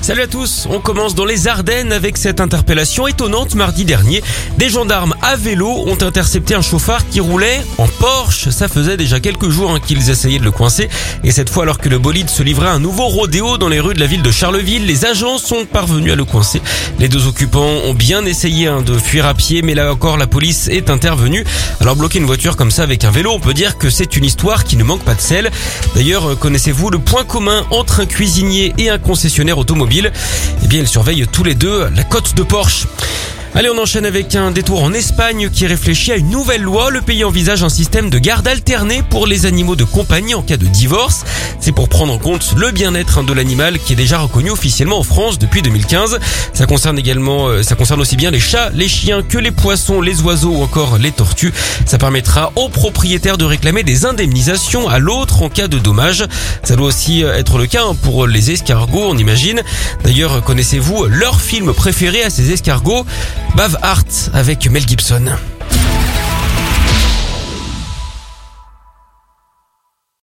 Salut à tous, on commence dans les Ardennes avec cette interpellation étonnante mardi dernier. Des gendarmes à vélo ont intercepté un chauffard qui roulait en Porsche. Ça faisait déjà quelques jours qu'ils essayaient de le coincer. Et cette fois, alors que le bolide se livrait à un nouveau rodéo dans les rues de la ville de Charleville, les agents sont parvenus à le coincer. Les deux occupants ont bien essayé de fuir à pied, mais là encore, la police est intervenue. Alors bloquer une voiture comme ça avec un vélo, on peut dire que c'est une histoire qui ne manque pas de sel. D'ailleurs, connaissez-vous le point commun entre un cuisinier et un concessionnaire automobile ? Eh bien, ils surveillent tous les deux la cote de Porsche. Allez, on enchaîne avec un détour en Espagne qui réfléchit à une nouvelle loi. Le pays envisage un système de garde alternée pour les animaux de compagnie en cas de divorce. C'est pour prendre en compte le bien-être de l'animal qui est déjà reconnu officiellement en France depuis 2015. Ça concerne aussi bien les chats, les chiens que les poissons, les oiseaux ou encore les tortues. Ça permettra aux propriétaires de réclamer des indemnisations à l'autre en cas de dommages. Ça doit aussi être le cas pour les escargots, on imagine. D'ailleurs, connaissez-vous leur film préféré à ces escargots ? Braveheart avec Mel Gibson.